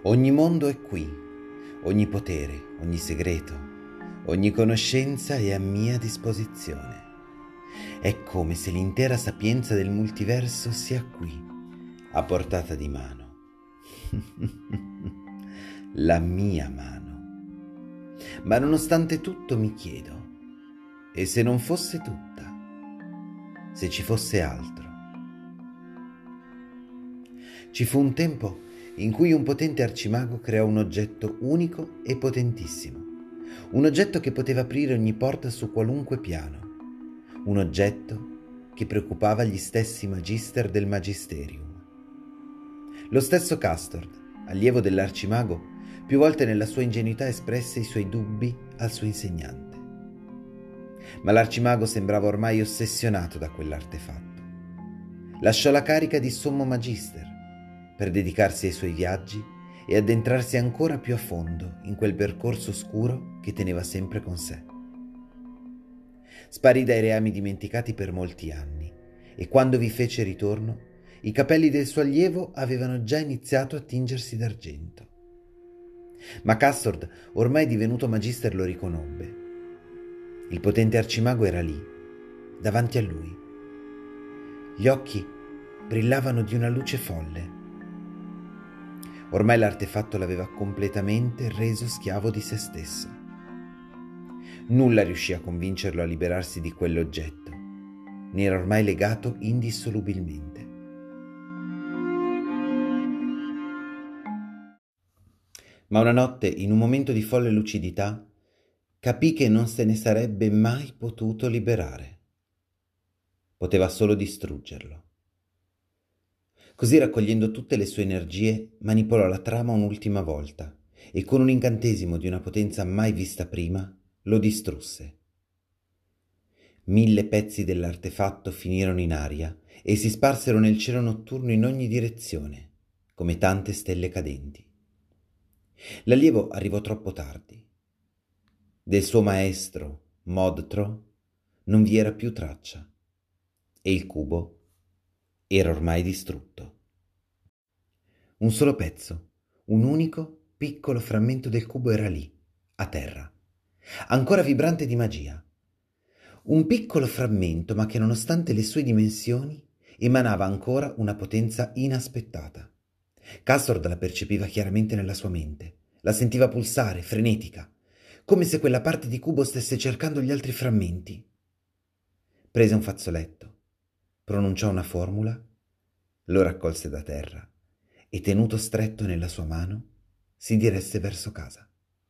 Ogni mondo è qui, ogni potere, ogni segreto, ogni conoscenza è a mia disposizione. È come se l'intera sapienza del multiverso sia qui, a portata di mano. La mia mano. Ma nonostante tutto mi chiedo, e se non fosse tutta? Se ci fosse altro? Ci fu un tempo in cui un potente arcimago creò un oggetto unico e potentissimo, un oggetto che poteva aprire ogni porta su qualunque piano, un oggetto che preoccupava gli stessi magister del magisterium. Lo stesso Castord, allievo dell'arcimago, più volte nella sua ingenuità espresse i suoi dubbi al suo insegnante. Ma l'arcimago sembrava ormai ossessionato da quell'artefatto. Lasciò la carica di sommo magister per dedicarsi ai suoi viaggi e addentrarsi ancora più a fondo in quel percorso oscuro che teneva sempre con sé. Sparì dai reami dimenticati per molti anni e quando vi fece ritorno, i capelli del suo allievo avevano già iniziato a tingersi d'argento. Ma Castord, ormai divenuto magister, lo riconobbe. Il potente arcimago era lì, davanti a lui. Gli occhi brillavano di una luce folle. Ormai l'artefatto l'aveva completamente reso schiavo di se stesso. Nulla riuscì a convincerlo a liberarsi di quell'oggetto. Ne era ormai legato indissolubilmente. Ma una notte, in un momento di folle lucidità, capì che non se ne sarebbe mai potuto liberare. Poteva solo distruggerlo. Così, raccogliendo tutte le sue energie, manipolò la trama un'ultima volta e con un incantesimo di una potenza mai vista prima lo distrusse. 1000 pezzi dell'artefatto finirono in aria e si sparsero nel cielo notturno in ogni direzione, come tante stelle cadenti. L'allievo arrivò troppo tardi. Del suo maestro, Modtro, non vi era più traccia e il cubo era ormai distrutto. Un solo pezzo, un unico piccolo frammento del cubo era lì, a terra, ancora vibrante di magia. Un piccolo frammento, ma che nonostante le sue dimensioni emanava ancora una potenza inaspettata. Castord la percepiva chiaramente nella sua mente, la sentiva pulsare, frenetica, come se quella parte di cubo stesse cercando gli altri frammenti. Prese un fazzoletto, pronunciò una formula, lo raccolse da terra e, tenuto stretto nella sua mano, si diresse verso casa.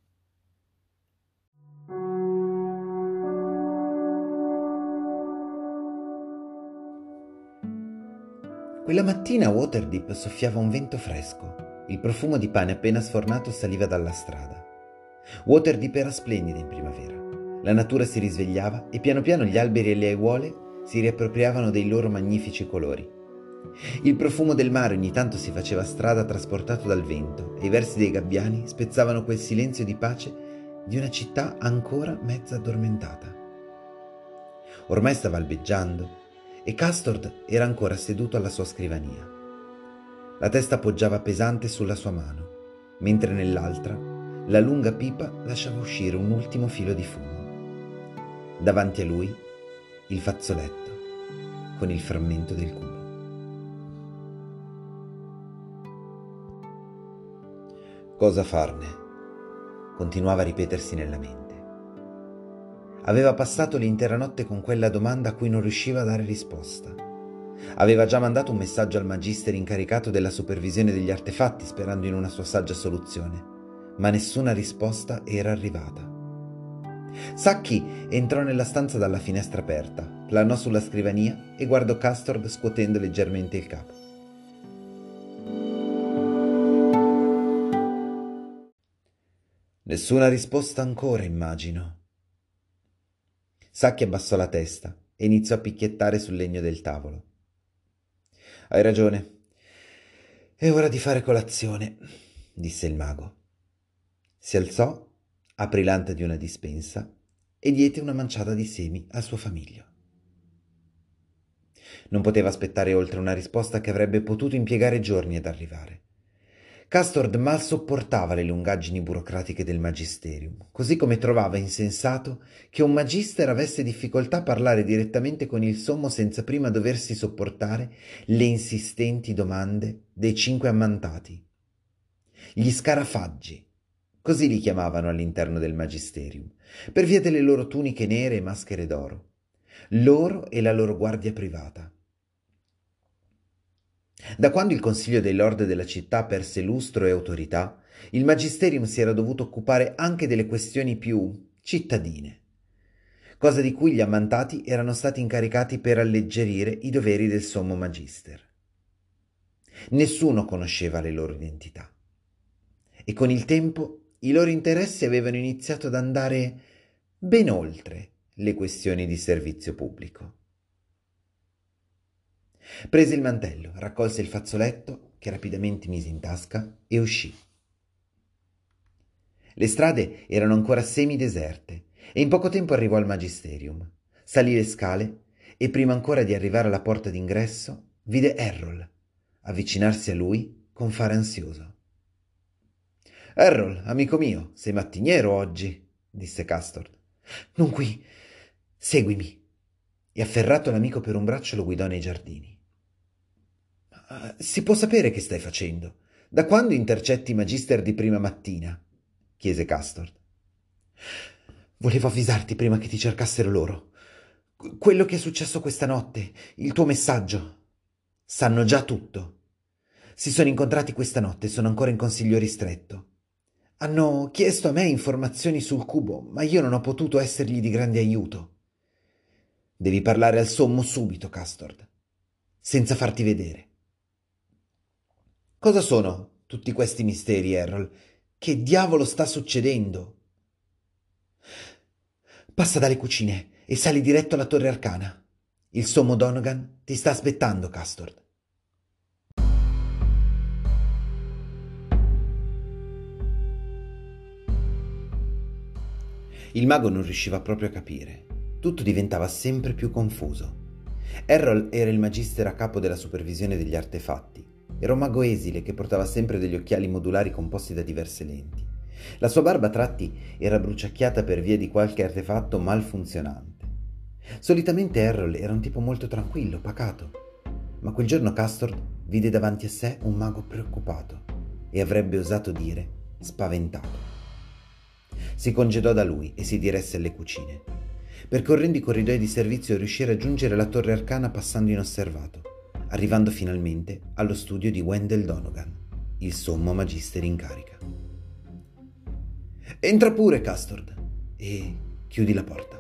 Quella mattina a Waterdeep soffiava un vento fresco. Il profumo di pane appena sfornato saliva dalla strada. Waterdeep era splendida in primavera. La natura si risvegliava e piano piano gli alberi e le aiuole si riappropriavano dei loro magnifici colori. Il profumo del mare ogni tanto si faceva strada trasportato dal vento e i versi dei gabbiani spezzavano quel silenzio di pace di una città ancora mezza addormentata. Ormai stava albeggiando e Castord era ancora seduto alla sua scrivania. La testa poggiava pesante sulla sua mano, mentre nell'altra la lunga pipa lasciava uscire un ultimo filo di fumo. Davanti a lui il fazzoletto con il frammento del cubo. Cosa farne? Continuava a ripetersi nella mente. Aveva passato l'intera notte con quella domanda a cui non riusciva a dare risposta. Aveva già mandato un messaggio al magister incaricato della supervisione degli artefatti sperando in una sua saggia soluzione, ma nessuna risposta era arrivata. Sacchi entrò nella stanza dalla finestra aperta, planò sulla scrivania e guardò Castord scuotendo leggermente il capo. Nessuna risposta ancora, immagino. Sacchi abbassò la testa e iniziò a picchiettare sul legno del tavolo. Hai ragione. È ora di fare colazione, disse il mago. Si alzò, aprì l'anta di una dispensa e diede una manciata di semi al suo famiglio. Non poteva aspettare oltre una risposta che avrebbe potuto impiegare giorni ad arrivare. Custord mal sopportava le lungaggini burocratiche del magisterium, così come trovava insensato che un magister avesse difficoltà a parlare direttamente con il sommo senza prima doversi sopportare le insistenti domande dei 5 ammantati. Gli scarafaggi, così li chiamavano all'interno del magisterium, per via delle loro tuniche nere e maschere d'oro, loro e la loro guardia privata. Da quando il Consiglio dei Lord della città perse lustro e autorità, il Magisterium si era dovuto occupare anche delle questioni più cittadine, cosa di cui gli ammantati erano stati incaricati per alleggerire i doveri del Sommo Magister. Nessuno conosceva le loro identità e con il tempo i loro interessi avevano iniziato ad andare ben oltre le questioni di servizio pubblico. Prese il mantello, raccolse il fazzoletto, che rapidamente mise in tasca, e uscì. Le strade erano ancora semideserte e in poco tempo arrivò al magisterium. Salì le scale e prima ancora di arrivare alla porta d'ingresso vide Errol avvicinarsi a lui con fare ansioso. «Errol, amico mio, sei mattiniero oggi», disse Custord. «Non qui, seguimi», e afferrato l'amico per un braccio lo guidò nei giardini. «Si può sapere che stai facendo? Da quando intercetti i Magister di prima mattina?» chiese Custord. «Volevo avvisarti prima che ti cercassero loro. Quello che è successo questa notte, il tuo messaggio. Sanno già tutto. Si sono incontrati questa notte e sono ancora in consiglio ristretto. Hanno chiesto a me informazioni sul cubo, ma io non ho potuto essergli di grande aiuto. Devi parlare al sommo subito, Custord, senza farti vedere.» «Cosa sono tutti questi misteri, Errol? Che diavolo sta succedendo?» «Passa dalle cucine e sali diretto alla torre arcana. Il sommo Donovan ti sta aspettando, Custord.» Il mago non riusciva proprio a capire. Tutto diventava sempre più confuso. Errol era il magister a capo della supervisione degli artefatti. Era un mago esile che portava sempre degli occhiali modulari composti da diverse lenti. La sua barba a tratti era bruciacchiata per via di qualche artefatto malfunzionante. Solitamente Errol era un tipo molto tranquillo, pacato, ma quel giorno Custord vide davanti a sé un mago preoccupato e avrebbe osato dire spaventato. Si congedò da lui e si diresse alle cucine. Percorrendo i corridoi di servizio riuscì a raggiungere la torre arcana passando inosservato, arrivando finalmente allo studio di Wendell Donovan, il sommo magister in carica. «Entra pure, Custord, e chiudi la porta.»